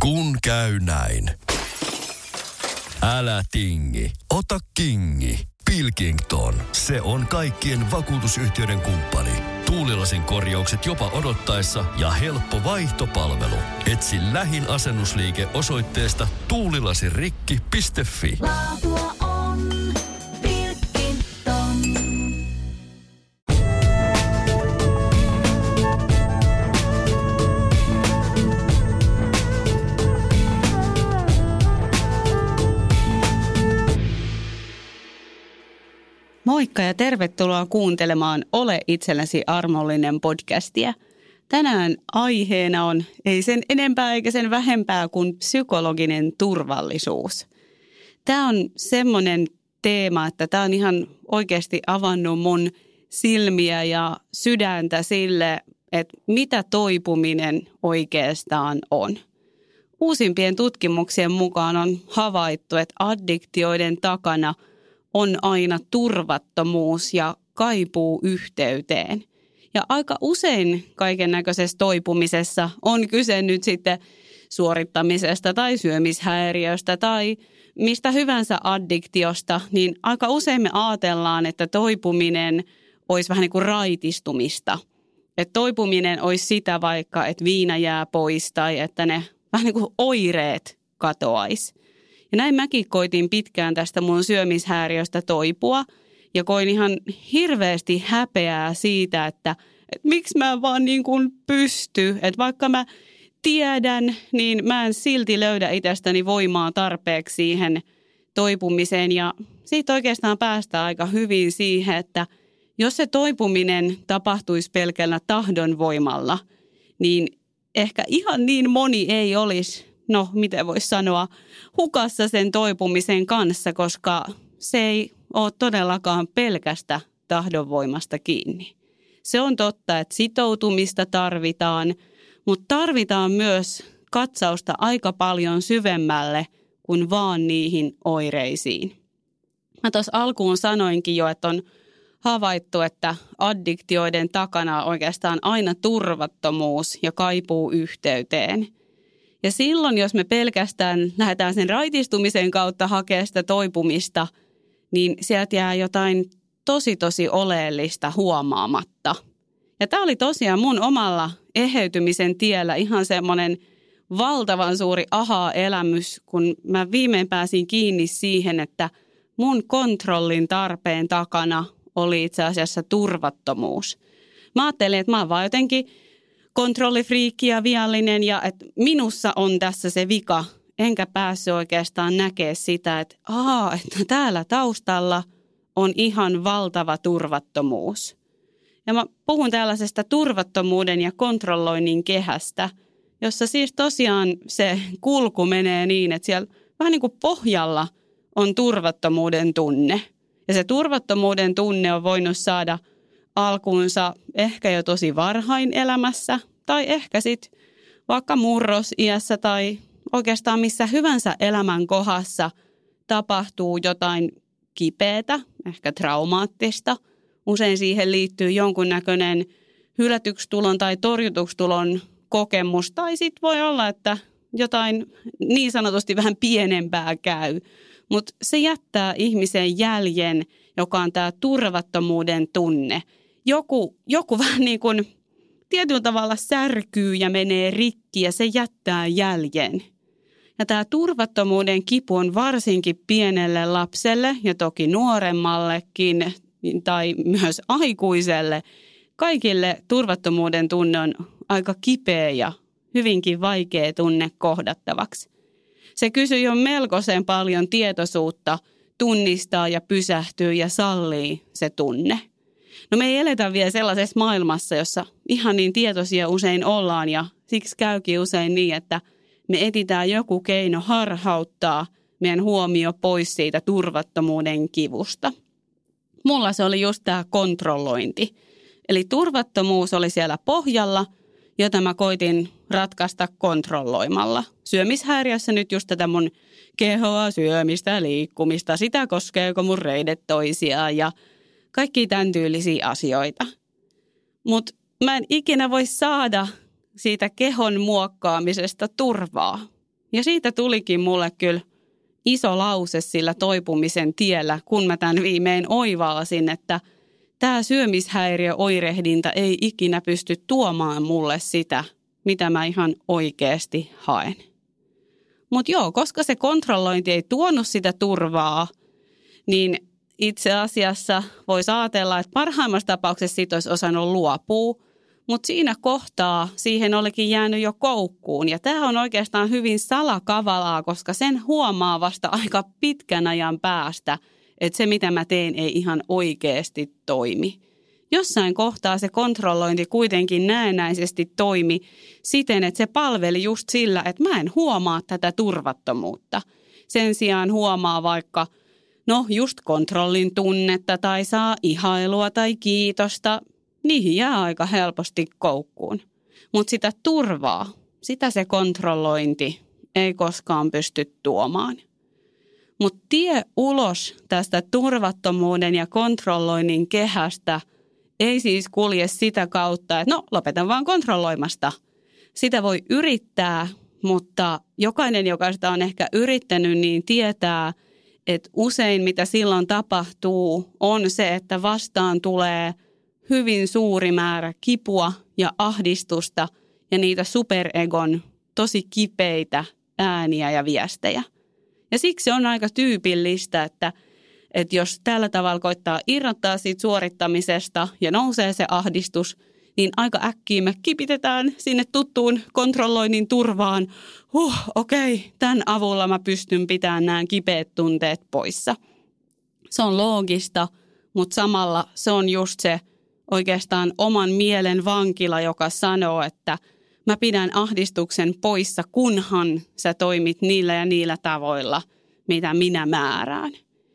Kun käy näin. Älä tingi, ota kingi. Pilkington, se on kaikkien vakuutusyhtiöiden kumppani. Tuulilasin korjaukset jopa odottaessa ja helppo vaihtopalvelu. Etsi lähin asennusliike osoitteesta tuulilasirikki.fi. Laatua on Pilkington. Moikka ja tervetuloa kuuntelemaan Ole itsellesi armollinen podcastia. Tänään aiheena on ei sen enempää eikä sen vähempää kuin psykologinen turvallisuus. Tämä on semmoinen teema, että tämä on ihan oikeasti avannut mun silmiä ja sydäntä sille, että mitä toipuminen oikeastaan on. Uusimpien tutkimuksien mukaan on havaittu, että addiktioiden takana on aina turvattomuus ja kaipuu yhteyteen. Ja aika usein kaiken näköisessä toipumisessa on kyse nyt sitten suorittamisesta tai syömishäiriöstä tai mistä hyvänsä addiktiosta, niin aika usein me ajatellaan, että toipuminen olisi vähän niin kuin raitistumista. Että toipuminen olisi sitä vaikka, että viina jää pois tai että ne vähän niin kuin oireet katoaisi. Ja näin mäkin koitin pitkään tästä mun syömishäiriöstä toipua ja koin ihan hirveästi häpeää siitä, että miksi mä en vaan niin kuin pysty. Että vaikka mä tiedän, niin mä en silti löydä itsestäni voimaa tarpeeksi siihen toipumiseen. Ja siitä oikeastaan päästään aika hyvin siihen, että jos se toipuminen tapahtuisi pelkällä tahdonvoimalla, niin ehkä ihan niin moni ei olisi, no miten voisi sanoa, hukassa sen toipumisen kanssa, koska se ei ole todellakaan pelkästä tahdonvoimasta kiinni. Se on totta, että sitoutumista tarvitaan, mutta tarvitaan myös katsausta aika paljon syvemmälle kuin vaan niihin oireisiin. Mä tuossa alkuun sanoinkin jo, että on havaittu, että addiktioiden takana on oikeastaan aina turvattomuus ja kaipuu yhteyteen. Ja silloin, jos me pelkästään lähdetään sen raitistumisen kautta hakemaan sitä toipumista, niin sieltä jää jotain tosi oleellista huomaamatta. Ja tämä oli tosiaan mun omalla eheytymisen tiellä ihan semmoinen valtavan suuri aha-elämys, kun mä viimein pääsin kiinni siihen, että mun kontrollin tarpeen takana oli itse asiassa turvattomuus. Mä ajattelin, että mä oon vaan jotenkin kontrollifriikki ja viallinen ja että minussa on tässä se vika. Enkä päässyt oikeastaan näkemään sitä, että täällä taustalla on ihan valtava turvattomuus. Ja mä puhun tällaisesta turvattomuuden ja kontrolloinnin kehästä, jossa siis tosiaan se kulku menee niin, että siellä vähän niin kuin pohjalla on turvattomuuden tunne. Ja se turvattomuuden tunne on voinut saada alkuunsa ehkä jo tosi varhain elämässä tai ehkä sitten vaikka murrosiässä tai oikeastaan missä hyvänsä elämän kohdassa tapahtuu jotain kipeätä, ehkä traumaattista. Usein siihen liittyy jonkunnäköinen hylätyksi tulon tai torjutuksi tulon kokemus. Tai sitten voi olla, että jotain niin sanotusti vähän pienempää käy. Mutta se jättää ihmisen jäljen, joka on tämä turvattomuuden tunne. Joku vähän niin kuin tietyllä tavalla särkyy ja menee rikki ja se jättää jäljen. Ja tämä turvattomuuden kipu on varsinkin pienelle lapselle ja toki nuoremmallekin tai myös aikuiselle. Kaikille turvattomuuden tunne on aika kipeä ja hyvinkin vaikea tunne kohdattavaksi. Se kysyy jo melkoisen paljon tietoisuutta tunnistaa ja pysähtyy ja sallii se tunne. No me ei eletä vielä sellaisessa maailmassa, jossa ihan niin tietoisia usein ollaan ja siksi käykin usein niin, että me etsitään joku keino harhauttaa meidän huomio pois siitä turvattomuuden kivusta. Mulla se oli just tämä kontrollointi. Eli turvattomuus oli siellä pohjalla, jota mä koitin ratkaista kontrolloimalla. Syömishäiriössä nyt just tätä mun kehoa, syömistä, liikkumista, sitä koskeeko mun reidet toisiaan ja kaikki tämän tyylisiä asioita. Mutta mä en ikinä voi saada siitä kehon muokkaamisesta turvaa. Ja siitä tulikin mulle kyllä iso lause sillä toipumisen tiellä, kun mä tämän viimein oivallasin, että tämä syömishäiriöoirehdinta ei ikinä pysty tuomaan mulle sitä, mitä mä ihan oikeasti haen. Mutta joo, koska se kontrollointi ei tuonut sitä turvaa, niin itse asiassa voisi ajatella, että parhaimmassa tapauksessa siitä olisi osannut luopua, mutta siinä kohtaa siihen olikin jäänyt jo koukkuun. Ja tämä on oikeastaan hyvin salakavalaa, koska sen huomaa vasta aika pitkän ajan päästä, että se mitä mä teen ei ihan oikeasti toimi. Jossain kohtaa se kontrollointi kuitenkin näennäisesti toimi siten, että se palveli just sillä, että mä en huomaa tätä turvattomuutta. Sen sijaan huomaa vaikka, just kontrollin tunnetta tai saa ihailua tai kiitosta. Niihin jää aika helposti koukkuun. Mutta sitä turvaa, sitä se kontrollointi ei koskaan pysty tuomaan. Mutta tie ulos tästä turvattomuuden ja kontrolloinnin kehästä ei siis kulje sitä kautta, että lopetan vaan kontrolloimasta. Sitä voi yrittää, mutta jokainen, joka sitä on ehkä yrittänyt, niin tietää, että usein mitä silloin tapahtuu on se, että vastaan tulee hyvin suuri määrä kipua ja ahdistusta ja niitä superegon tosi kipeitä ääniä ja viestejä. Ja siksi on aika tyypillistä, että jos tällä tavalla koittaa irrottaa siitä suorittamisesta ja nousee se ahdistus, niin aika äkkiä me kipitetään sinne tuttuun kontrolloinnin turvaan. Okei, tämän avulla mä pystyn pitämään nämä kipeät tunteet poissa. Se on loogista, mutta samalla se on just se oikeastaan oman mielen vankila, joka sanoo, että mä pidän ahdistuksen poissa, kunhan sä toimit niillä ja niillä tavoilla, mitä minä määrään.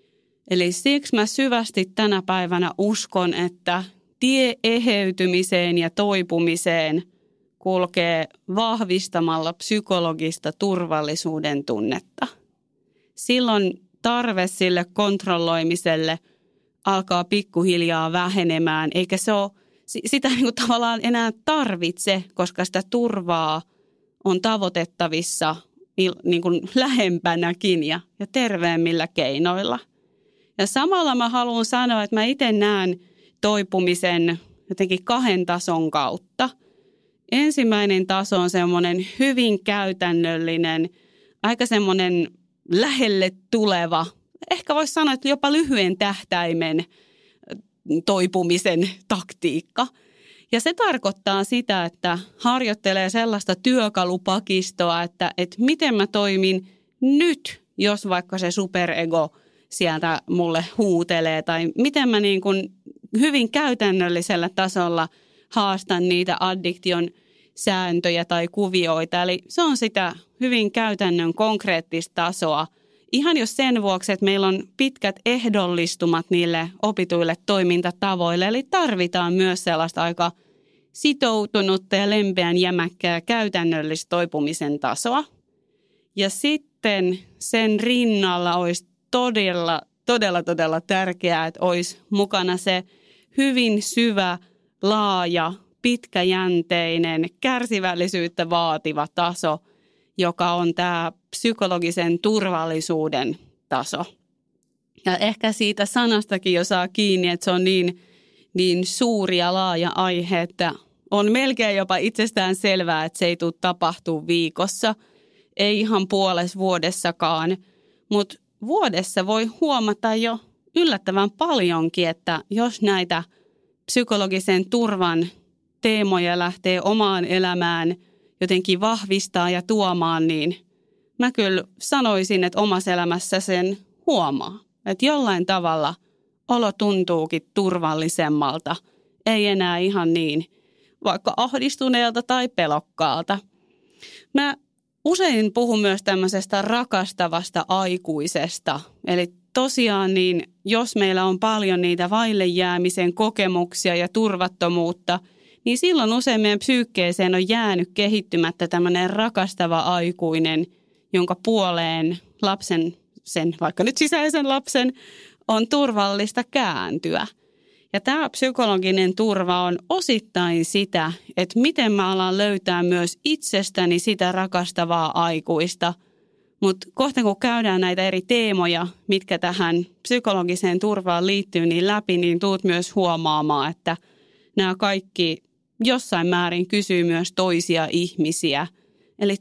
Eli siksi mä syvästi tänä päivänä uskon, että tie eheytymiseen ja toipumiseen kulkee vahvistamalla psykologista turvallisuuden tunnetta. Silloin tarve sille kontrolloimiselle alkaa pikkuhiljaa vähenemään, eikä se ole, sitä niin kuin tavallaan enää tarvitse, koska sitä turvaa on tavoitettavissa niin kuin lähempänäkin ja terveemmillä keinoilla. Ja samalla mä haluan sanoa, että mä itse näen toipumisen jotenkin 2 tason kautta. Ensimmäinen taso on semmoinen hyvin käytännöllinen, aika semmoinen lähelle tuleva, ehkä voisi sanoa, että jopa lyhyen tähtäimen toipumisen taktiikka. Ja se tarkoittaa sitä, että harjoittelee sellaista työkalupakistoa, että miten mä toimin nyt, jos vaikka se superego sieltä mulle huutelee, tai miten mä niin kuin hyvin käytännöllisellä tasolla haastan niitä addiktion sääntöjä tai kuvioita. Eli se on sitä hyvin käytännön konkreettista tasoa. Ihan jos sen vuoksi, että meillä on pitkät ehdollistumat niille opituille toimintatavoille, eli tarvitaan myös sellaista aika sitoutunutta ja lempeän jämäkkää käytännöllistä toipumisen tasoa. Ja sitten sen rinnalla olisi todella tärkeää, että olisi mukana se hyvin syvä, laaja, pitkäjänteinen, kärsivällisyyttä vaativa taso, joka on tämä psykologisen turvallisuuden taso. Ja ehkä siitä sanastakin jo saa kiinni, että se on niin suuri ja laaja aihe, että on melkein jopa itsestään selvää, että se ei tule tapahtua viikossa, ei ihan puolessa vuodessakaan, mutta vuodessa voi huomata jo yllättävän paljonkin, että jos näitä psykologisen turvan teemoja lähtee omaan elämään jotenkin vahvistaa ja tuomaan, niin mä kyllä sanoisin, että omassa elämässä sen huomaa. Että jollain tavalla olo tuntuukin turvallisemmalta, ei enää ihan niin vaikka ahdistuneelta tai pelokkaalta. Mä usein puhun myös tämmöisestä rakastavasta aikuisesta. Eli tosiaan niin, jos meillä on paljon niitä vaille jäämisen kokemuksia ja turvattomuutta, niin silloin usein meidän psyykkeeseen on jäänyt kehittymättä tämmöinen rakastava aikuinen, jonka puoleen lapsen, sen vaikka nyt sisäisen lapsen, on turvallista kääntyä. Ja tämä psykologinen turva on osittain sitä, että miten mä alan löytää myös itsestäni sitä rakastavaa aikuista, Mutta kohta kun käydään näitä eri teemoja, mitkä tähän psykologiseen turvaan liittyy niin läpi, niin tuut myös huomaamaan, että nämä kaikki jossain määrin kysyy myös toisia ihmisiä. Eli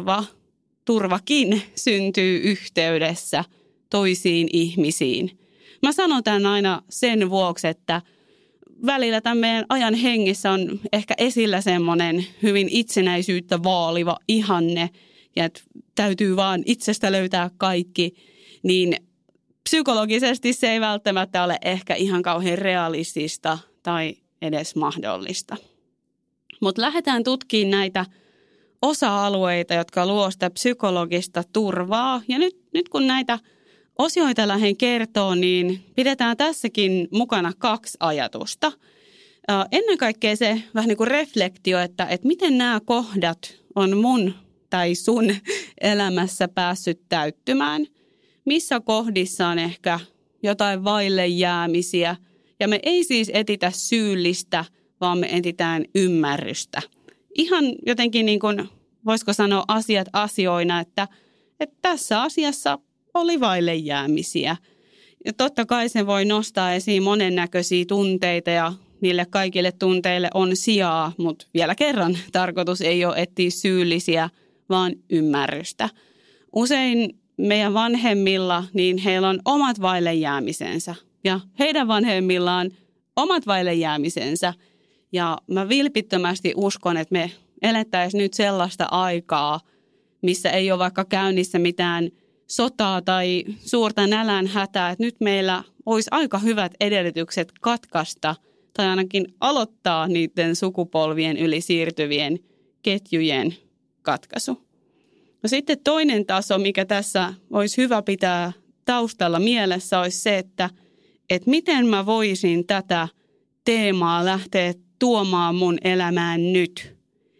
turvakin syntyy yhteydessä toisiin ihmisiin. Mä sanon tämän aina sen vuoksi, että välillä tämän meidän ajan hengissä on ehkä esillä semmoinen hyvin itsenäisyyttä vaaliva ihanne, ja että täytyy vaan itsestä löytää kaikki, niin psykologisesti se ei välttämättä ole ehkä ihan kauhean realistista tai edes mahdollista. Mutta lähdetään tutkimaan näitä osa-alueita, jotka luo sitä psykologista turvaa. Ja nyt kun näitä osioita lähden kertoo, niin pidetään tässäkin mukana 2 ajatusta. Ennen kaikkea se vähän niin kuin reflektio, että miten nämä kohdat on mun tai sun elämässä päässyt täyttymään. Missä kohdissa on ehkä jotain vaille jäämisiä. Ja me ei siis etitä syyllistä, vaan me etsitään ymmärrystä. Ihan jotenkin niin kuin, voisiko sanoa asiat asioina, että tässä asiassa oli vaille jäämisiä. Ja totta kai se voi nostaa esiin monennäköisiä tunteita ja niille kaikille tunteille on sijaa, mutta vielä kerran tarkoitus ei ole etsiä syyllisiä, vaan ymmärrystä. Usein meidän vanhemmilla, niin heillä on omat vaille jäämisensä ja heidän vanhemmillaan omat vaille jäämisensä. Ja mä vilpittömästi uskon, että me elettäisiin nyt sellaista aikaa, missä ei ole vaikka käynnissä mitään sotaa tai suurta nälänhätää, että nyt meillä olisi aika hyvät edellytykset katkaista tai ainakin aloittaa niiden sukupolvien yli siirtyvien ketjujen katkaisu. No sitten toinen taso, mikä tässä olisi hyvä pitää taustalla mielessä, olisi se, että miten mä voisin tätä teemaa lähteä tuomaan mun elämään nyt.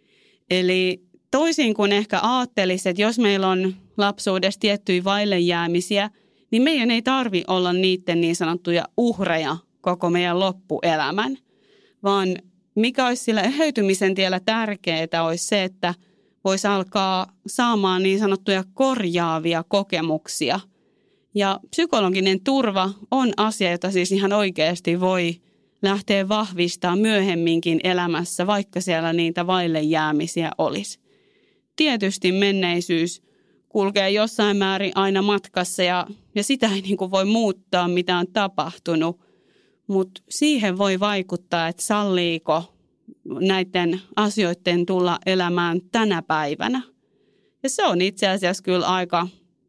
Eli toisin kuin ehkä ajattelisi, että jos meillä on lapsuudessa tiettyjä vaillejäämisiä, niin meidän ei tarvitse olla niiden niin sanottuja uhreja koko meidän loppuelämän. Vaan mikä olisi sillä eheytymisen tiellä tärkeää olisi se, että voisi alkaa saamaan niin sanottuja korjaavia kokemuksia. Ja psykologinen turva on asia, jota siis ihan oikeasti voi lähteä vahvistamaan myöhemminkin elämässä, vaikka siellä niitä vaille jäämisiä olisi. Tietysti menneisyys kulkee jossain määrin aina matkassa ja sitä ei niin kuin voi muuttaa, mitä on tapahtunut, mutta siihen voi vaikuttaa, että salliiko näiden asioiden tulla elämään tänä päivänä. Ja se on itse asiassa kyllä aika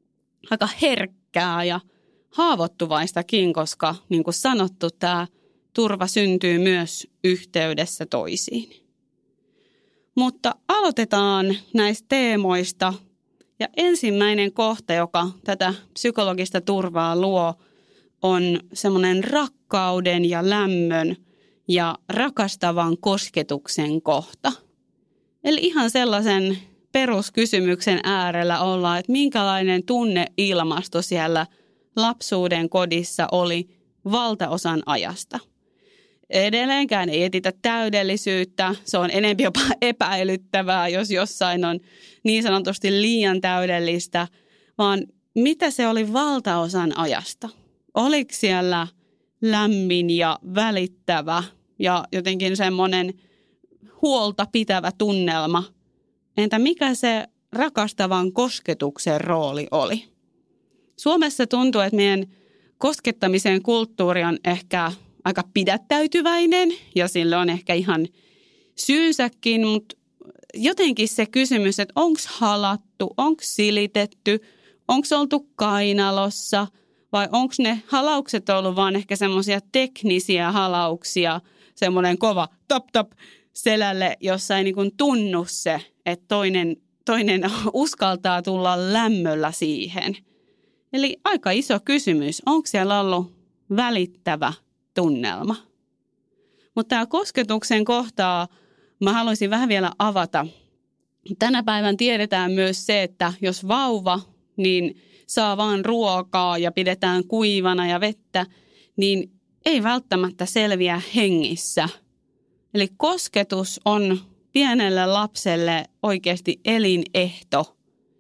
herkkää ja haavoittuvaistakin, koska niin kuin sanottu, tämä turva syntyy myös yhteydessä toisiin. Mutta aloitetaan näistä teemoista. Ja ensimmäinen kohta, joka tätä psykologista turvaa luo, on semmoinen rakkauden ja lämmön ja rakastavan kosketuksen kohta. Eli ihan sellaisen peruskysymyksen äärellä ollaan, että minkälainen tunneilmasto siellä lapsuuden kodissa oli valtaosan ajasta. Edelleenkään ei etsitä täydellisyyttä, se on enemmän jopa epäilyttävää, jos jossain on niin sanotusti liian täydellistä, vaan mitä se oli valtaosan ajasta? Oliko siellä lämmin ja välittävä ja jotenkin semmoinen huolta pitävä tunnelma? Entä mikä se rakastavan kosketuksen rooli oli? Suomessa tuntuu, että meidän koskettamisen kulttuuri on ehkä aika pidättäytyväinen ja sillä on ehkä ihan syynsäkin, mutta jotenkin se kysymys, että onko halattu, onko silitetty, onko oltu kainalossa vai onko ne halaukset ollut vaan ehkä semmoisia teknisiä halauksia, semmoinen kova tap selälle, jossa ei niin kuin tunnu se, että toinen uskaltaa tulla lämmöllä siihen. Eli aika iso kysymys, onko siellä ollut välittävä tunnelma. Mutta tämä kosketuksen kohtaa mä haluaisin vähän vielä avata. Tänä päivän tiedetään myös se, että jos vauva niin saa vaan ruokaa ja pidetään kuivana ja vettä, niin ei välttämättä selviä hengissä. Eli kosketus on pienelle lapselle oikeasti elinehto.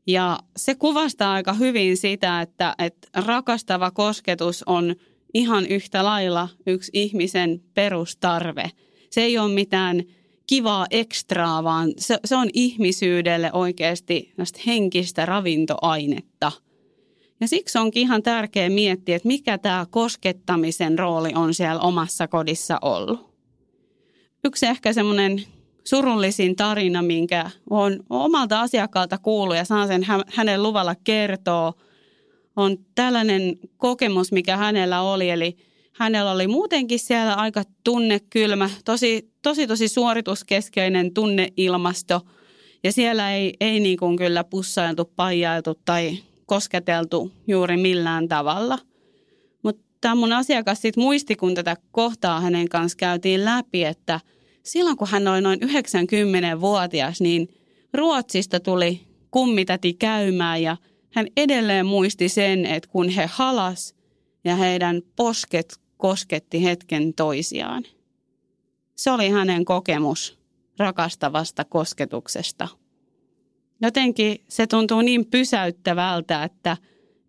Ja se kuvastaa aika hyvin sitä, että rakastava kosketus on ihan yhtä lailla yksi ihmisen perustarve. Se ei ole mitään kivaa ekstraa, vaan se on ihmisyydelle oikeasti henkistä ravintoainetta. Ja siksi onkin ihan tärkeää miettiä, että mikä tämä koskettamisen rooli on siellä omassa kodissa ollut. Yksi ehkä semmoinen surullisin tarina, minkä on omalta asiakkaalta kuullut ja saan sen hänen luvalla kertoa, on tällainen kokemus, mikä hänellä oli. Eli hänellä oli muutenkin siellä aika tunnekylmä, tosi suorituskeskeinen tunneilmasto. Ja siellä ei niin kuin kyllä pussailtu, paijailtu tai kosketeltu juuri millään tavalla. Mutta tämä mun asiakas sitten muisti, kun tätä kohtaa hänen kanssa käytiin läpi, että silloin kun hän oli noin 90-vuotias, niin Ruotsista tuli kummitäti käymään ja hän edelleen muisti sen, että kun he halas ja heidän posket kosketti hetken toisiaan. Se oli hänen kokemus rakastavasta kosketuksesta. Jotenkin se tuntuu niin pysäyttävältä, että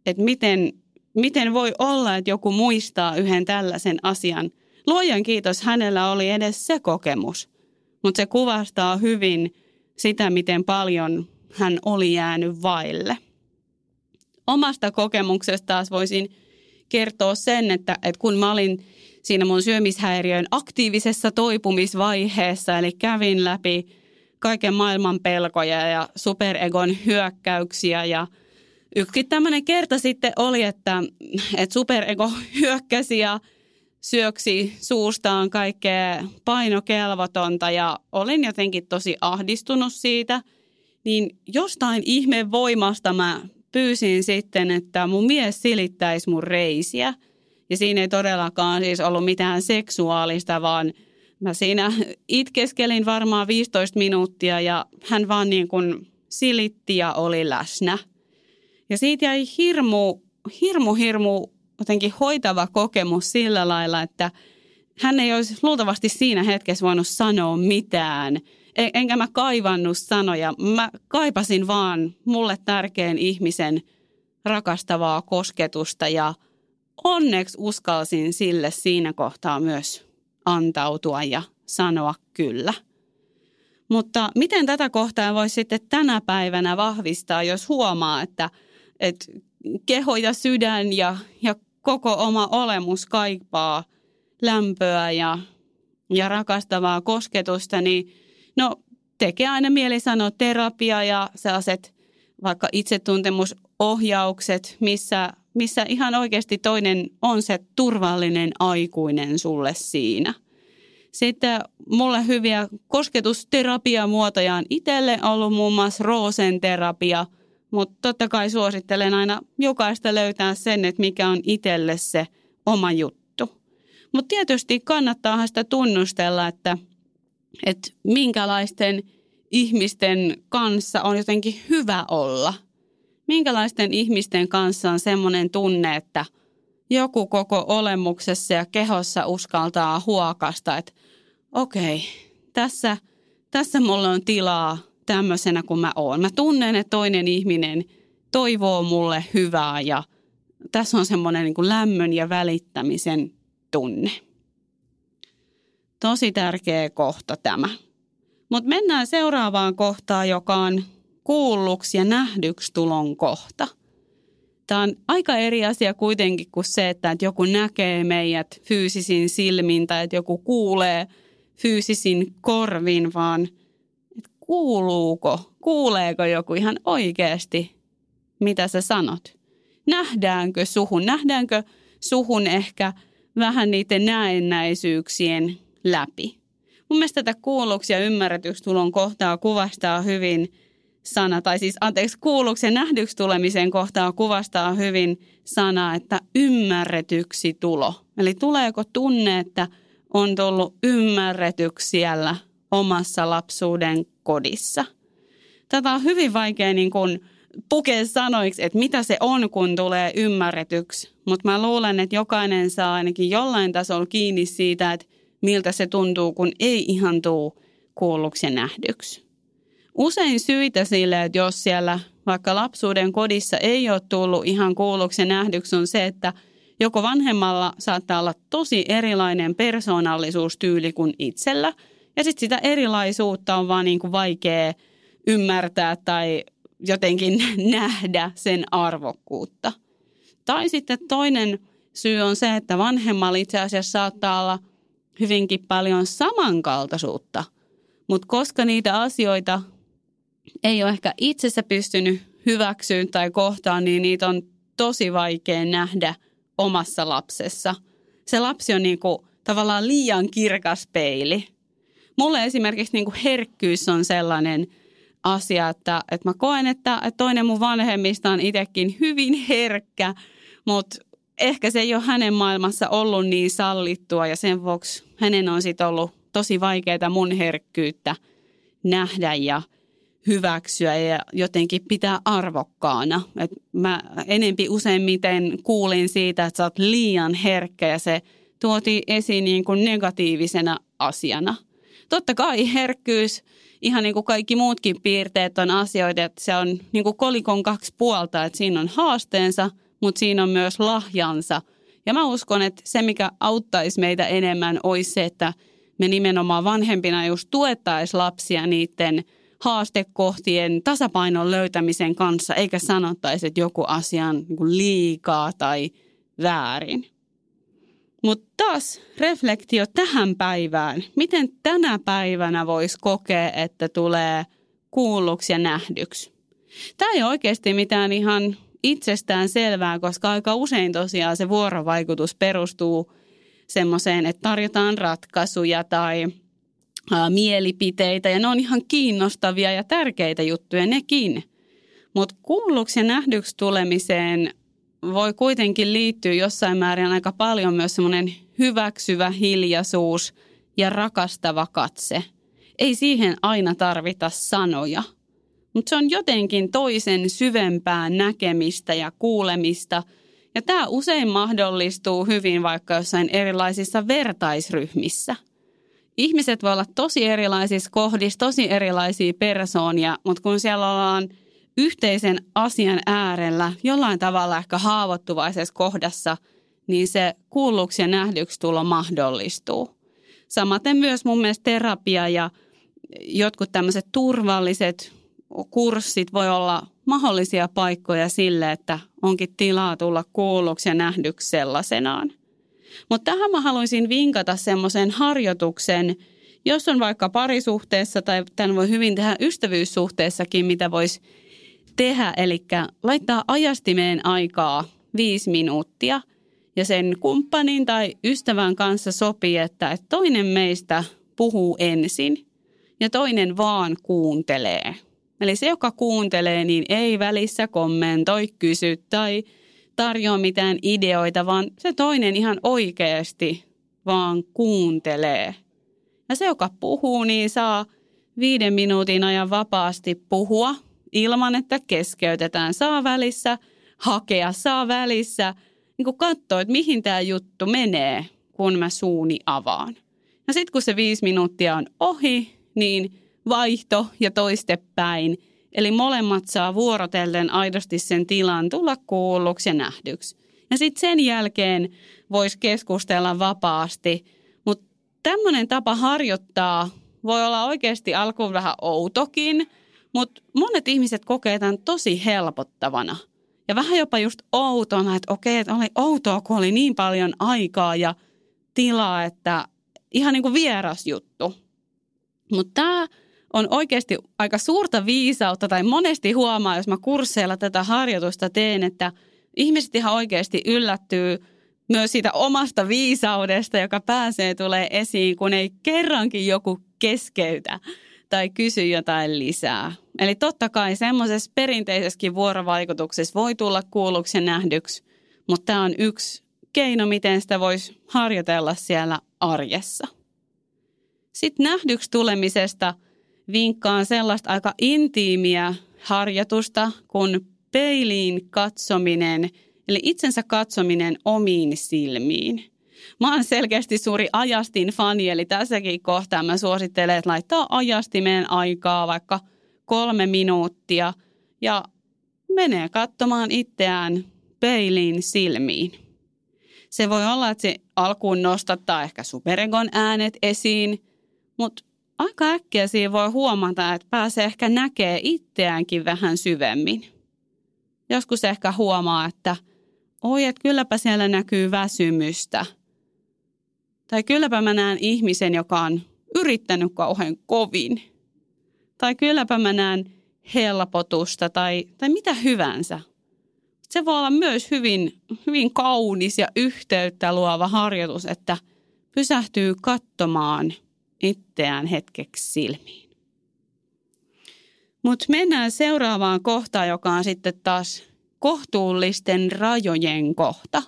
miten voi olla, että joku muistaa yhden tällaisen asian. Luojan kiitos, hänellä oli edes se kokemus, mutta se kuvastaa hyvin sitä, miten paljon hän oli jäänyt vaille. Omasta kokemuksesta taas voisin kertoa sen, että kun mä olin siinä mun syömishäiriön aktiivisessa toipumisvaiheessa, eli kävin läpi kaiken maailman pelkoja ja superegon hyökkäyksiä ja yksi tämmöinen kerta sitten oli, että superego hyökkäsi ja syöksi suustaan kaikkea painokelvotonta ja olin jotenkin tosi ahdistunut siitä, niin jostain ihmeen voimasta mä pyysin sitten, että mun mies silittäisi mun reisiä. Ja siinä ei todellakaan siis ollut mitään seksuaalista, vaan mä siinä itkeskelin varmaan 15 minuuttia ja hän vaan niin kuin silitti ja oli läsnä. Ja siitä jäi hirmu jotenkin hoitava kokemus sillä lailla, että hän ei olisi luultavasti siinä hetkessä voinut sanoa mitään. Enkä mä kaivannut sanoja. Mä kaipasin vaan mulle tärkeän ihmisen rakastavaa kosketusta ja onneksi uskalsin sille siinä kohtaa myös antautua ja sanoa kyllä. Mutta miten tätä kohtaa voisi sitten tänä päivänä vahvistaa, jos huomaa, että keho ja sydän ja koko oma olemus kaipaa lämpöä ja rakastavaa kosketusta, niin tekee aina mieli sanoa terapia ja sellaiset vaikka itsetuntemusohjaukset, missä ihan oikeasti toinen on se turvallinen aikuinen sulle siinä. Sitten mulle hyviä kosketusterapiamuotoja on itselle ollut muun muassa roosenterapia, mutta totta kai suosittelen aina jokaista löytää sen, että mikä on itselle se oma juttu. Mutta tietysti kannattaa sitä tunnustella, että minkälaisten ihmisten kanssa on jotenkin hyvä olla. Minkälaisten ihmisten kanssa on semmoinen tunne, että joku koko olemuksessa ja kehossa uskaltaa huokasta, että okei, tässä mulla on tilaa tämmöisenä kuin mä oon. Mä tunnen, että toinen ihminen toivoo mulle hyvää ja tässä on semmoinen niin kuin lämmön ja välittämisen tunne. Tosi tärkeä kohta tämä. Mutta mennään seuraavaan kohtaan, joka on kuulluksi ja nähdyksi tulon kohta. Tämä on aika eri asia kuitenkin kuin se, että joku näkee meidät fyysisin silmin tai että joku kuulee fyysisin korvin, vaan että kuuleeko joku ihan oikeasti, mitä sä sanot. Nähdäänkö suhun ehkä vähän niiden näennäisyyksien läpi. Mun mielestä tätä kuulluksi ja ymmärretyksi tulon kohtaa kuvastaa hyvin kuulluksi ja nähdyksi tulemisen kohtaa kuvastaa hyvin sana, että ymmärretyksi tulo. Eli tuleeko tunne, että on tullut ymmärretyksi siellä omassa lapsuuden kodissa. Tätä on hyvin vaikea niin kuin pukea sanoiksi, että mitä se on, kun tulee ymmärretyksi. Mutta mä luulen, että jokainen saa ainakin jollain tasolla kiinni siitä, että miltä se tuntuu, kun ei ihan tule kuulluksi ja nähdyksi. Usein syitä sille, että jos siellä vaikka lapsuuden kodissa ei ole tullut ihan kuulluksi ja nähdyksi, on se, että joko vanhemmalla saattaa olla tosi erilainen persoonallisuustyyli kuin itsellä. Ja sitten sitä erilaisuutta on vaan niin kuin vaikea ymmärtää tai jotenkin nähdä sen arvokkuutta. Tai sitten toinen syy on se, että vanhemmalla itse asiassa saattaa olla hyvinkin paljon samankaltaisuutta. Mutta koska niitä asioita ei ole ehkä itsessä pystynyt hyväksyä tai kohtaan, niin niitä on tosi vaikea nähdä omassa lapsessa. Se lapsi on niinku tavallaan liian kirkas peili. Mulle esimerkiksi niinku herkkyys on sellainen asia, että mä koen, että toinen mun vanhemmista on itsekin hyvin herkkä, mutta ehkä se ei ole hänen maailmassa ollut niin sallittua ja sen vuoksi hänen on sitten ollut tosi vaikeaa mun herkkyyttä nähdä ja hyväksyä ja jotenkin pitää arvokkaana. Et mä enempi useimmiten kuulin siitä, että sä oot liian herkkä ja se tuotiin esiin niin kuin negatiivisena asiana. Totta kai herkkyys, ihan niin kuin kaikki muutkin piirteet on asioita, että se on niin kuin kolikon kaksi puolta, että siinä on haasteensa, mutta siinä on myös lahjansa. Ja mä uskon, että se mikä auttaisi meitä enemmän olisi se, että me nimenomaan vanhempina just tuettaisiin lapsia niiden haastekohtien tasapainon löytämisen kanssa, eikä sanottaisi, että joku asia on niin liikaa tai väärin. Mutta taas reflektio tähän päivään. Miten tänä päivänä voisi kokea, että tulee kuulluksi ja nähdyksi? Tämä ei ole oikeasti mitään ihan itsestään selvää, koska aika usein tosiaan se vuorovaikutus perustuu semmoiseen, että tarjotaan ratkaisuja tai mielipiteitä ja ne on ihan kiinnostavia ja tärkeitä juttuja nekin. Mutta kuulluksi ja nähdyksi tulemiseen voi kuitenkin liittyä jossain määrin aika paljon myös semmoinen hyväksyvä hiljaisuus ja rakastava katse. Ei siihen aina tarvita sanoja, mutta se on jotenkin toisen syvempää näkemistä ja kuulemista. Ja tämä usein mahdollistuu hyvin vaikka jossain erilaisissa vertaisryhmissä. Ihmiset voi olla tosi erilaisissa kohdissa, tosi erilaisia persoonia, mutta kun siellä ollaan yhteisen asian äärellä jollain tavalla ehkä haavoittuvaisessa kohdassa, niin se kuulluksi ja nähdyksi tulo mahdollistuu. Samaten myös mun mielestä terapia ja jotkut tämmöiset turvalliset kurssit voi olla mahdollisia paikkoja sille, että onkin tilaa tulla kuulluksi ja nähdyksi sellaisenaan. Mutta tähän mä haluaisin vinkata semmoisen harjoituksen, jos on vaikka parisuhteessa tai tämän voi hyvin tehdä ystävyyssuhteessakin, mitä voisi tehdä. Eli laittaa ajastimeen aikaa 5 minuuttia ja sen kumppanin tai ystävän kanssa sopii, että toinen meistä puhuu ensin ja toinen vaan kuuntelee. Eli se, joka kuuntelee, niin ei välissä kommentoi, kysy tai tarjoa mitään ideoita, vaan se toinen ihan oikeasti vaan kuuntelee. Ja se, joka puhuu, niin saa 5 minuutin ajan vapaasti puhua ilman, että keskeytetään. Saa välissä hakea, saa välissä niin katsoa, että mihin tämä juttu menee, kun mä suuni avaan. Ja sitten kun se 5 minuuttia on ohi, niin vaihto ja toistepäin. Eli molemmat saa vuorotellen aidosti sen tilan tulla kuulluksi ja nähdyksi. Ja sitten sen jälkeen voisi keskustella vapaasti. Mutta tämmöinen tapa harjoittaa voi olla oikeasti alkuun vähän outokin, mutta monet ihmiset kokee tämän tosi helpottavana. Ja vähän jopa just outona, että okei, että oli outoa, kun oli niin paljon aikaa ja tilaa, että ihan niin kuin vieras juttu. Mutta tämä on oikeasti aika suurta viisautta, tai monesti huomaa, jos mä kursseilla tätä harjoitusta teen, että ihmiset ihan oikeasti yllättyy myös siitä omasta viisaudesta, joka tulee esiin, kun ei kerrankin joku keskeytä tai kysy jotain lisää. Eli totta kai semmoisessa perinteisessäkin vuorovaikutuksessa voi tulla kuulluksi ja nähdyksi, mutta tämä on yksi keino, miten sitä voisi harjoitella siellä arjessa. Sitten nähdyksi tulemisesta vinkkaan sellaista aika intiimiä harjoitusta kuin peiliin katsominen, eli itsensä katsominen omiin silmiin. Mä oon selkeästi suuri ajastin fani, eli tässäkin kohtaa mä suosittelen, että laittaa ajastimeen aikaa vaikka 3 minuuttia ja menee katsomaan itseään peiliin silmiin. Se voi olla, että se alkuun nostattaa ehkä superegon äänet esiin, mutta aika äkkiä siinä voi huomata, että pääsee ehkä näkee itseäänkin vähän syvemmin. Joskus ehkä huomaa, että että kylläpä siellä näkyy väsymystä. Tai kylläpä mä näen ihmisen, joka on yrittänyt kauhean kovin. Tai kylläpä mä näen helpotusta tai mitä hyvänsä. Se voi olla myös hyvin kaunis ja yhteyttä luova harjoitus, että pysähtyy katsomaan itseään hetkeksi silmiin. Mutta mennään seuraavaan kohtaan, joka on sitten taas kohtuullisten rajojen kohta.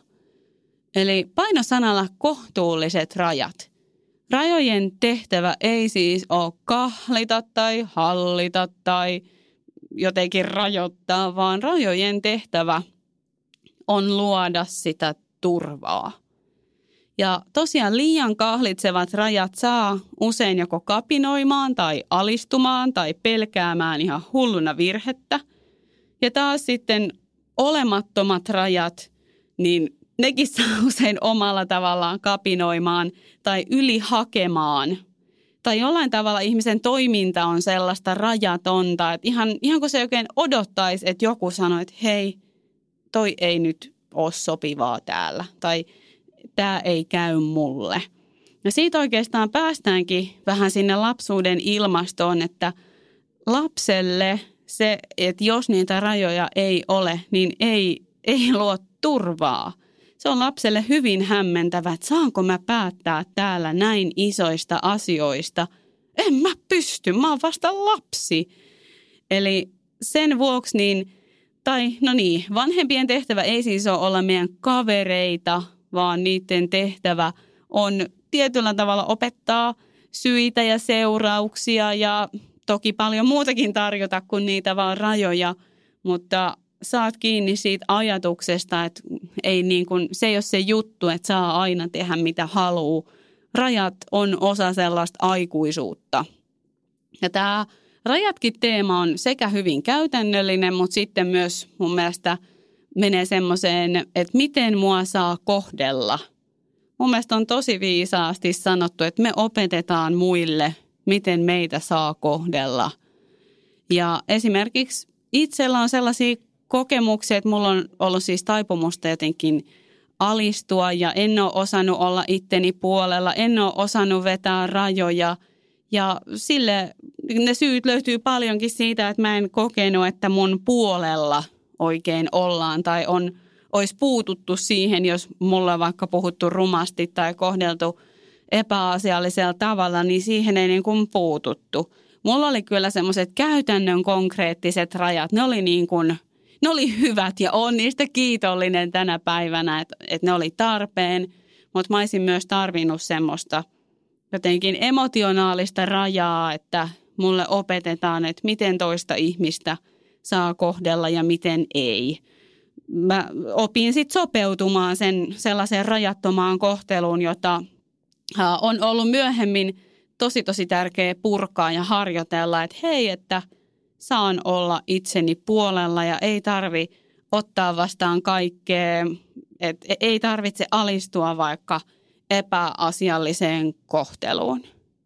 Eli painosanalla kohtuulliset rajat. Rajojen tehtävä ei siis ole kahlita tai hallita tai jotenkin rajoittaa, vaan rajojen tehtävä on luoda sitä turvaa. Ja tosiaan liian kahlitsevat rajat saa usein joko kapinoimaan tai alistumaan tai pelkäämään ihan hulluna virhettä. Ja taas sitten olemattomat rajat, niin nekin saa usein omalla tavallaan kapinoimaan tai ylihakemaan. Tai jollain tavalla ihmisen toiminta on sellaista rajatonta, että ihan kun se oikein odottaisi, että joku sanoo, että hei, toi ei nyt ole sopivaa täällä. Tai tämä ei käy mulle. Ja siitä oikeastaan päästäänkin vähän sinne lapsuuden ilmastoon, että lapselle se, että jos niitä rajoja ei ole, niin ei luo turvaa. Se on lapselle hyvin hämmentävä, että saanko mä päättää täällä näin isoista asioista. En mä pysty, mä oon vasta lapsi. Eli sen vuoksi vanhempien tehtävä ei siis ole olla meidän kavereita, vaan niiden tehtävä on tietyllä tavalla opettaa syitä ja seurauksia ja toki paljon muutakin tarjota kuin niitä vaan rajoja, mutta saat kiinni siitä ajatuksesta, että se ei ole se juttu, että saa aina tehdä mitä haluaa. Rajat on osa sellaista aikuisuutta. Ja tämä rajatkin teema on sekä hyvin käytännöllinen, mutta sitten myös mun mielestä menee semmoiseen, että miten mua saa kohdella. Mun mielestä on tosi viisaasti sanottu, että me opetetaan muille, miten meitä saa kohdella. Ja esimerkiksi itsellä on sellaisia kokemuksia, että mulla on ollut siis taipumusta jotenkin alistua ja en ole osannut olla itteni puolella, en ole osannut vetää rajoja. Ja sille ne syyt löytyy paljonkin siitä, että mä en kokenut, että mun puolella oikein ollaan tai olisi puututtu siihen, jos mulla on vaikka puhuttu rumasti tai kohdeltu epäasiallisella tavalla, niin siihen ei niin kuin puututtu. Mulla oli kyllä semmoiset käytännön konkreettiset rajat, ne oli hyvät ja olen niistä kiitollinen tänä päivänä, että ne oli tarpeen, mutta mä olisin myös tarvinnut semmoista jotenkin emotionaalista rajaa, että mulle opetetaan, että miten toista ihmistä saa kohdella ja miten ei. Mä opin sitten sopeutumaan sellaiseen rajattomaan kohteluun, jota on ollut myöhemmin tosi tärkeä purkaa ja harjoitella, että hei, että saan olla itseni puolella ja ei tarvi ottaa vastaan kaikkea, että ei tarvitse alistua vaikka epäasialliseen kohteluun.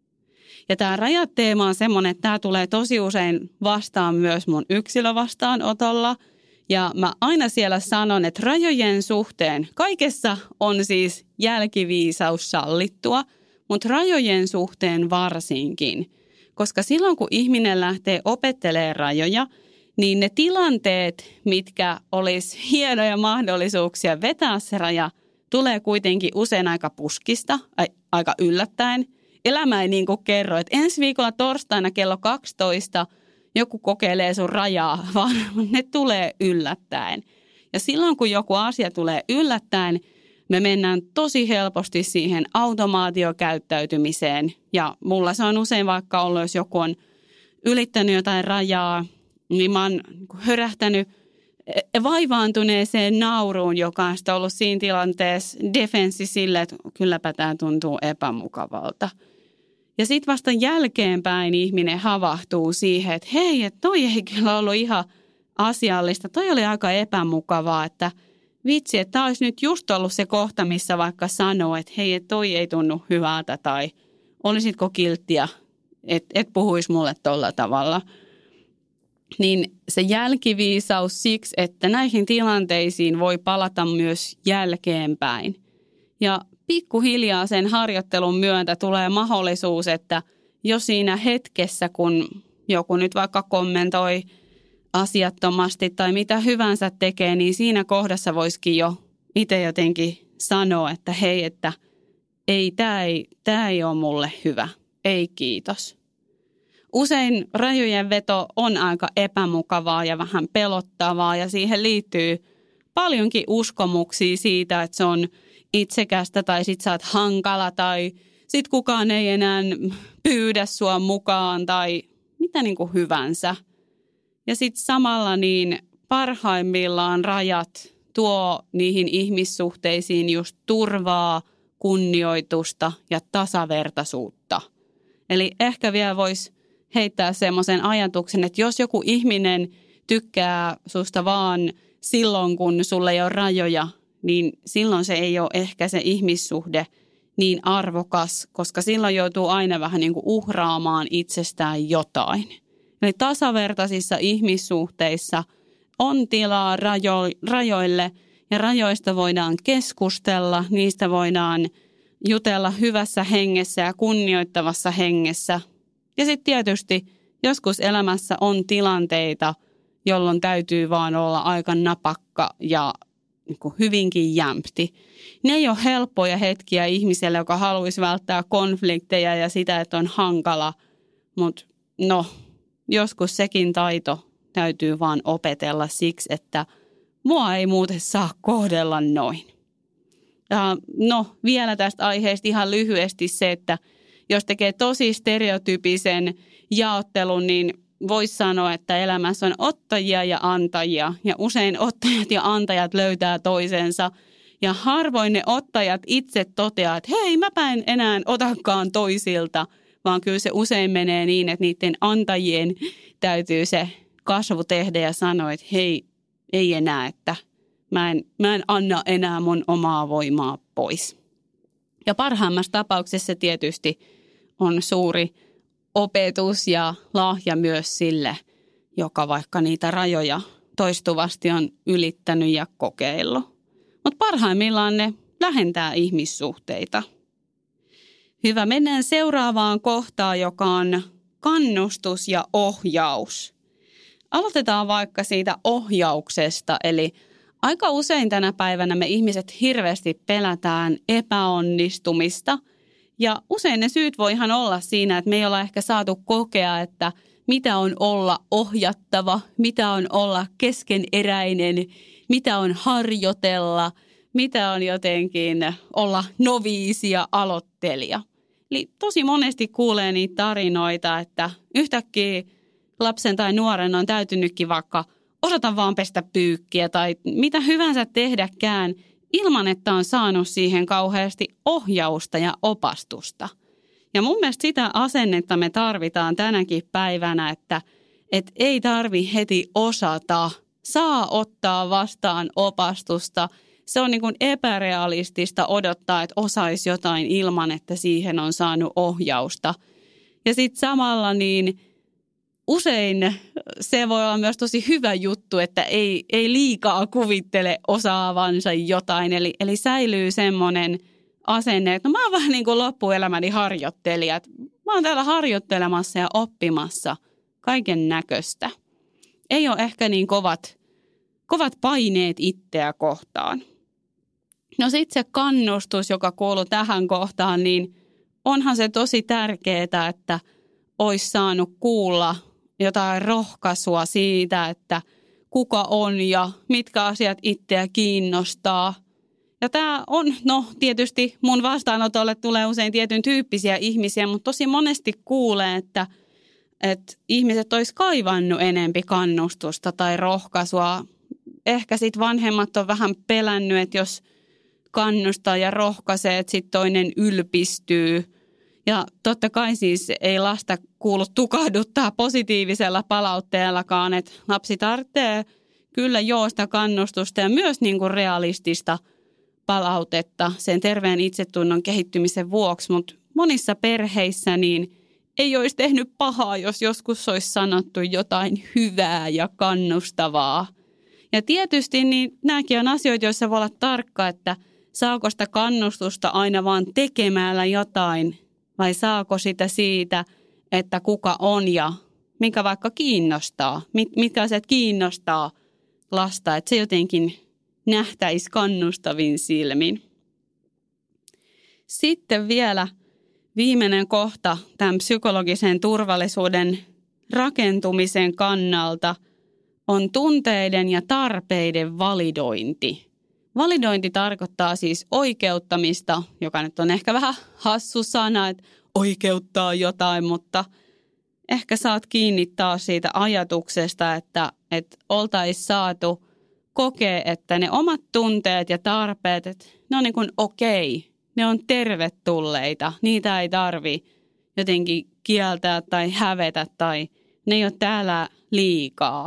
Ja tämä rajat-teema on semmoinen, että tämä tulee tosi usein vastaan myös mun yksilövastaanotolla. Ja mä aina siellä sanon, että rajojen suhteen kaikessa on siis jälkiviisaus sallittua, mutta rajojen suhteen varsinkin. Koska silloin, kun ihminen lähtee opettelemaan rajoja, niin ne tilanteet, mitkä olisi hienoja mahdollisuuksia vetää se raja, tulee kuitenkin usein aika puskista, aika yllättäen. Elämä ei niin kuin kerro, että ensi viikolla torstaina kello 12 joku kokeilee sun rajaa, vaan ne tulee yllättäen. Ja silloin, kun joku asia tulee yllättäen, me mennään tosi helposti siihen automaatiokäyttäytymiseen. Ja mulla se on usein vaikka ollut, jos joku on ylittänyt jotain rajaa, niin mä oon hörähtänyt vaivaantuneeseen nauruun, joka on ollut siinä tilanteessa defenssi sille, että kylläpä tämä tuntuu epämukavalta. Ja sitten vasta jälkeenpäin ihminen havahtuu siihen, että hei, että toi ei kyllä ollut ihan asiallista. Toi oli aika epämukavaa, että vitsi, että tämä olisi nyt just ollut se kohta, missä vaikka sanoo, että hei, että toi ei tunnu hyvältä tai olisitko kilttiä, et puhuisi mulle tolla tavalla. Niin se jälkiviisaus siksi, että näihin tilanteisiin voi palata myös jälkeenpäin. Ja pikkuhiljaa sen harjoittelun myötä tulee mahdollisuus, että jo siinä hetkessä, kun joku nyt vaikka kommentoi asiattomasti tai mitä hyvänsä tekee, niin siinä kohdassa voisikin jo itse jotenkin sanoa, että hei, että tämä ei ole mulle hyvä, ei kiitos. Usein rajojen veto on aika epämukavaa ja vähän pelottavaa ja siihen liittyy paljonkin uskomuksia siitä, että se on itsekästä tai sit sä oot hankala tai sit kukaan ei enää pyydä sua mukaan tai mitä niin kuin hyvänsä. Ja sitten samalla niin parhaimmillaan rajat tuo niihin ihmissuhteisiin just turvaa, kunnioitusta ja tasavertaisuutta. Eli ehkä vielä voisi heittää semmoisen ajatuksen, että jos joku ihminen tykkää susta vaan silloin, kun sulla ei ole rajoja, niin silloin se ei ole ehkä se ihmissuhde niin arvokas, koska silloin joutuu aina vähän niin kuin uhraamaan itsestään jotain. Eli tasavertaisissa ihmissuhteissa on tilaa rajoille ja rajoista voidaan keskustella, niistä voidaan jutella hyvässä hengessä ja kunnioittavassa hengessä. Ja sitten tietysti joskus elämässä on tilanteita, jolloin täytyy vaan olla aika napakka ja niin kuin hyvinkin jämpti. Ne ei ole helppoja hetkiä ihmiselle, joka haluaisi välttää konflikteja ja sitä, että on hankala, mutta joskus sekin taito täytyy vaan opetella siksi, että mua ei muuten saa kohdella noin. Ja vielä tästä aiheesta ihan lyhyesti se, että jos tekee tosi stereotyypisen jaottelun, niin voisi sanoa, että elämässä on ottajia ja antajia. Ja usein ottajat ja antajat löytää toisensa. Ja harvoin ne ottajat itse toteaa, että hei, mäpä en enää otakaan toisilta, vaan kyllä se usein menee niin, että niiden antajien täytyy se kasvu tehdä ja sanoa, että hei, ei enää, että mä en anna enää mun omaa voimaa pois. Ja parhaimmassa tapauksessa tietysti on suuri opetus ja lahja myös sille, joka vaikka niitä rajoja toistuvasti on ylittänyt ja kokeillut. Mutta parhaimmillaan ne lähentää ihmissuhteita. Hyvä, mennään seuraavaan kohtaan, joka on kannustus ja ohjaus. Aloitetaan vaikka siitä ohjauksesta, eli aika usein tänä päivänä me ihmiset hirveästi pelätään epäonnistumista. Ja usein ne syyt voi ihan olla siinä, että me ei olla ehkä saatu kokea, että mitä on olla ohjattava, mitä on olla keskeneräinen, mitä on harjoitella, mitä on jotenkin olla noviisi ja aloittelija. Eli tosi monesti kuulee niitä tarinoita, että yhtäkkiä lapsen tai nuoren on täytynytkin vaikka osata vaan pestä pyykkiä tai mitä hyvänsä tehdäkään ilman, että on saanut siihen kauheasti ohjausta ja opastusta. Ja mun mielestä sitä asennetta me tarvitaan tänäkin päivänä, että ei tarvi heti osata, saa ottaa vastaan opastusta. Se on niin kuin epärealistista odottaa, että osaisi jotain ilman, että siihen on saanut ohjausta. Ja sitten samalla niin usein se voi olla myös tosi hyvä juttu, että ei liikaa kuvittele osaavansa jotain. Eli säilyy semmoinen asenne, että mä oon vähän niin kuin loppuelämäni harjoittelija. Mä oon täällä harjoittelemassa ja oppimassa kaiken näköistä. Ei ole ehkä niin kovat paineet itseä kohtaan. No sitten se kannustus, joka kuuluu tähän kohtaan, niin onhan se tosi tärkeää, että olisi saanut kuulla jotain rohkaisua siitä, että kuka on ja mitkä asiat itseä kiinnostaa. Ja tämä on, tietysti mun vastaanotolle tulee usein tietyn tyyppisiä ihmisiä, mutta tosi monesti kuulee, että ihmiset olisi kaivannut enempi kannustusta tai rohkaisua. Ehkä sitten vanhemmat on vähän pelännyt, että jos kannustaa ja rohkaisee, että sitten toinen ylpistyy. Ja totta kai siis ei lasta kuulu tukahduttaa positiivisella palautteellakaan, että lapsi tarvitsee kyllä sitä kannustusta ja myös niin kuin realistista palautetta sen terveen itsetunnon kehittymisen vuoksi, mutta monissa perheissä niin ei olisi tehnyt pahaa, jos joskus olisi sanottu jotain hyvää ja kannustavaa. Ja tietysti niin nämäkin on asioita, joissa voi olla tarkka, että saako sitä kannustusta aina vaan tekemällä jotain vai saako sitä siitä, että kuka on ja mikä vaikka kiinnostaa, mitkä asiat kiinnostaa lasta, että se jotenkin nähtäisi kannustavin silmin. Sitten vielä viimeinen kohta tämän psykologisen turvallisuuden rakentumisen kannalta on tunteiden ja tarpeiden validointi. Validointi tarkoittaa siis oikeuttamista, joka nyt on ehkä vähän hassu sana, että oikeuttaa jotain, mutta ehkä saat kiinni taas siitä ajatuksesta, että oltaisiin saatu kokea, että ne omat tunteet ja tarpeet, että ne on niin kuin okei, ne on tervetulleita, niitä ei tarvitse jotenkin kieltää tai hävetä tai ne ei ole täällä liikaa.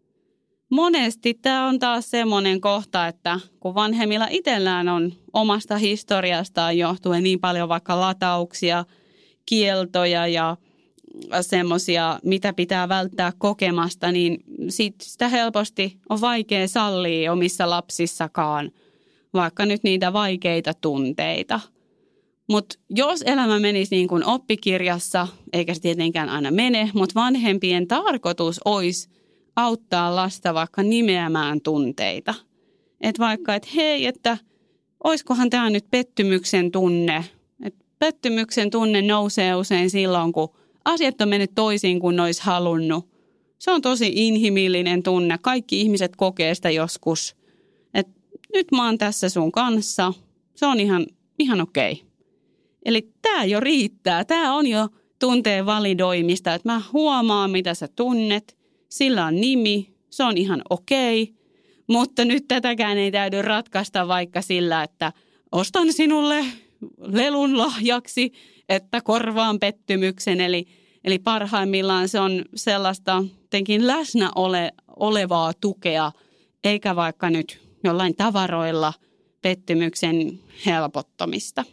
Monesti tämä on taas semmoinen kohta, että kun vanhemmilla itsellään on omasta historiastaan johtuen niin paljon vaikka latauksia, kieltoja ja semmoisia, mitä pitää välttää kokemasta, niin sitä helposti on vaikea sallia omissa lapsissakaan, vaikka nyt niitä vaikeita tunteita. Mutta jos elämä menisi niin kuin oppikirjassa, eikä se tietenkään aina mene, mutta vanhempien tarkoitus olisi auttaa lasta vaikka nimeämään tunteita. Että vaikka, että hei, että olisikohan tämä nyt pettymyksen tunne. Että pettymyksen tunne nousee usein silloin, kun asiat on mennyt toisin kuin ne olisi halunnut. Se on tosi inhimillinen tunne. Kaikki ihmiset kokee sitä joskus. Että nyt mä oon tässä sun kanssa. Se on ihan okei. Eli tämä jo riittää. Tämä on jo tunteen validoimista, että mä huomaan, mitä sä tunnet. Sillä on nimi, se on ihan okei, mutta nyt tätäkään ei täydy ratkaista vaikka sillä, että ostan sinulle lelun lahjaksi, että korvaan pettymyksen. Eli parhaimmillaan se on sellaista jotenkin läsnä olevaa tukea, eikä vaikka nyt jollain tavaroilla pettymyksen helpottamista.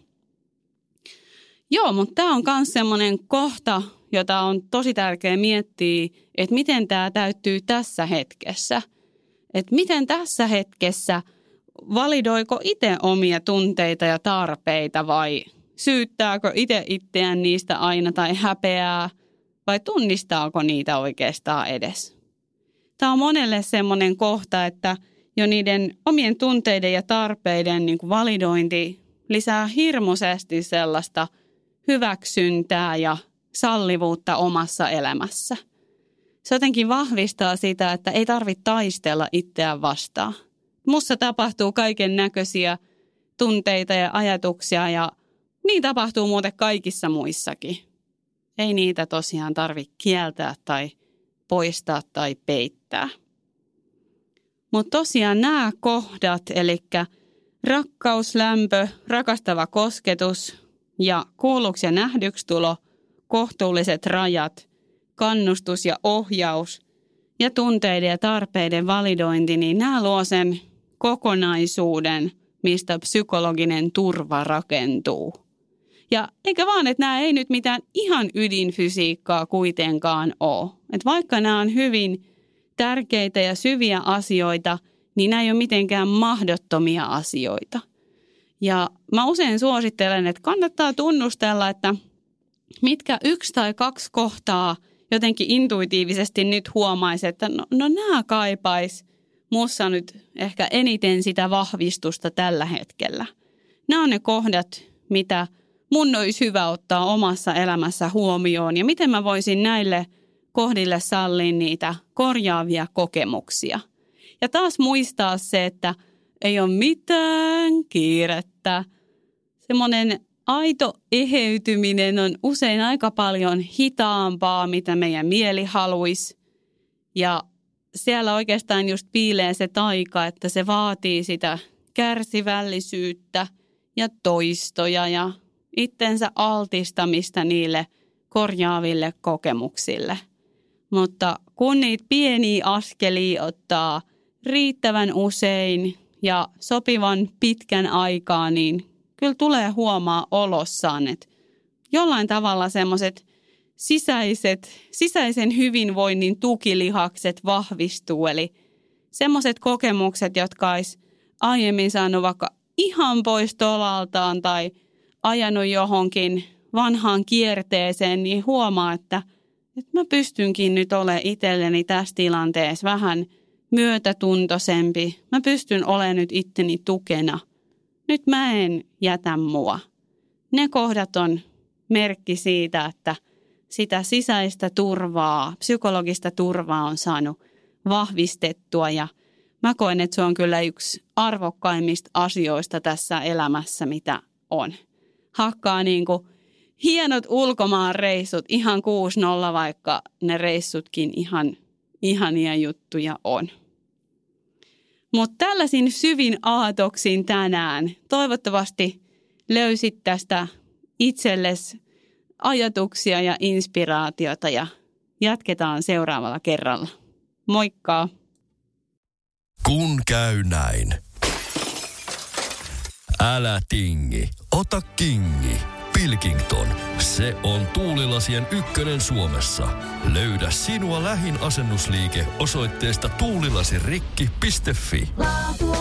Joo, mutta tämä on myös semmoinen kohta, jota on tosi tärkeää miettiä, että miten tämä täyttyy tässä hetkessä. Että miten tässä hetkessä validoiko itse omia tunteita ja tarpeita vai syyttääkö itse itseään niistä aina tai häpeää vai tunnistaako niitä oikeastaan edes. Tämä on monelle semmoinen kohta, että jo niiden omien tunteiden ja tarpeiden niin kuin validointi lisää hirmuisesti sellaista hyväksyntää ja sallivuutta omassa elämässä. Se jotenkin vahvistaa sitä, että ei tarvitse taistella itseään vastaan. Musta tapahtuu kaiken näköisiä tunteita ja ajatuksia ja niin tapahtuu muuten kaikissa muissakin. Ei niitä tosiaan tarvitse kieltää tai poistaa tai peittää. Mutta tosiaan nämä kohdat, eli rakkaus, lämpö, rakastava kosketus ja kuulluksi ja nähdyksi tulo, kohtuulliset rajat, kannustus ja ohjaus ja tunteiden ja tarpeiden validointi, niin nämä luo sen kokonaisuuden, mistä psykologinen turva rakentuu. Ja eikä vaan, että nämä ei nyt mitään ihan ydinfysiikkaa kuitenkaan ole. Että vaikka nämä on hyvin tärkeitä ja syviä asioita, niin nämä ei ole mitenkään mahdottomia asioita. Ja mä usein suosittelen, että kannattaa tunnustella, että mitkä 1 tai 2 kohtaa jotenkin intuitiivisesti nyt huomaisi, että no nämä kaipais mussa nyt ehkä eniten sitä vahvistusta tällä hetkellä. Nämä on ne kohdat, mitä mun olisi hyvä ottaa omassa elämässä huomioon ja miten mä voisin näille kohdille sallia niitä korjaavia kokemuksia. Ja taas muistaa se, että ei ole mitään kiirettä. Semmoinen aito eheytyminen on usein aika paljon hitaampaa, mitä meidän mieli haluaisi. Ja siellä oikeastaan just piilee se taika, että se vaatii sitä kärsivällisyyttä ja toistoja ja itsensä altistamista niille korjaaville kokemuksille. Mutta kun niitä pieniä askelia ottaa riittävän usein ja sopivan pitkän aikaa, niin kyllä tulee huomaa olossaan, että jollain tavalla semmoiset sisäisen hyvinvoinnin tukilihakset vahvistuu. Eli semmoiset kokemukset, jotka olisi aiemmin saanut vaikka ihan pois tolaltaan tai ajanut johonkin vanhaan kierteeseen, niin huomaa, että mä pystynkin nyt olemaan itselleni tässä tilanteessa vähän myötätuntoisempi. Mä pystyn olemaan nyt itteni tukena. Nyt mä en jätä mua. Ne kohdat on merkki siitä, että sitä sisäistä turvaa, psykologista turvaa on saanut vahvistettua ja mä koen, että se on kyllä yksi arvokkaimmista asioista tässä elämässä, mitä on. Hakkaa niin kuin hienot ulkomaanreissut, ihan 6-0, vaikka ne reissutkin ihan ihania juttuja on. Mutta tällaisin syvin aatoksin tänään toivottavasti löysit tästä itsellesi ajatuksia ja inspiraatiota ja jatketaan seuraavalla kerralla. Moikka! Kun käy näin. Älä tingi, ota kingi. Pilkington, se on tuulilasien ykkönen Suomessa. Löydä sinua lähin asennusliike osoitteesta tuulilasirikki.fi. Laatu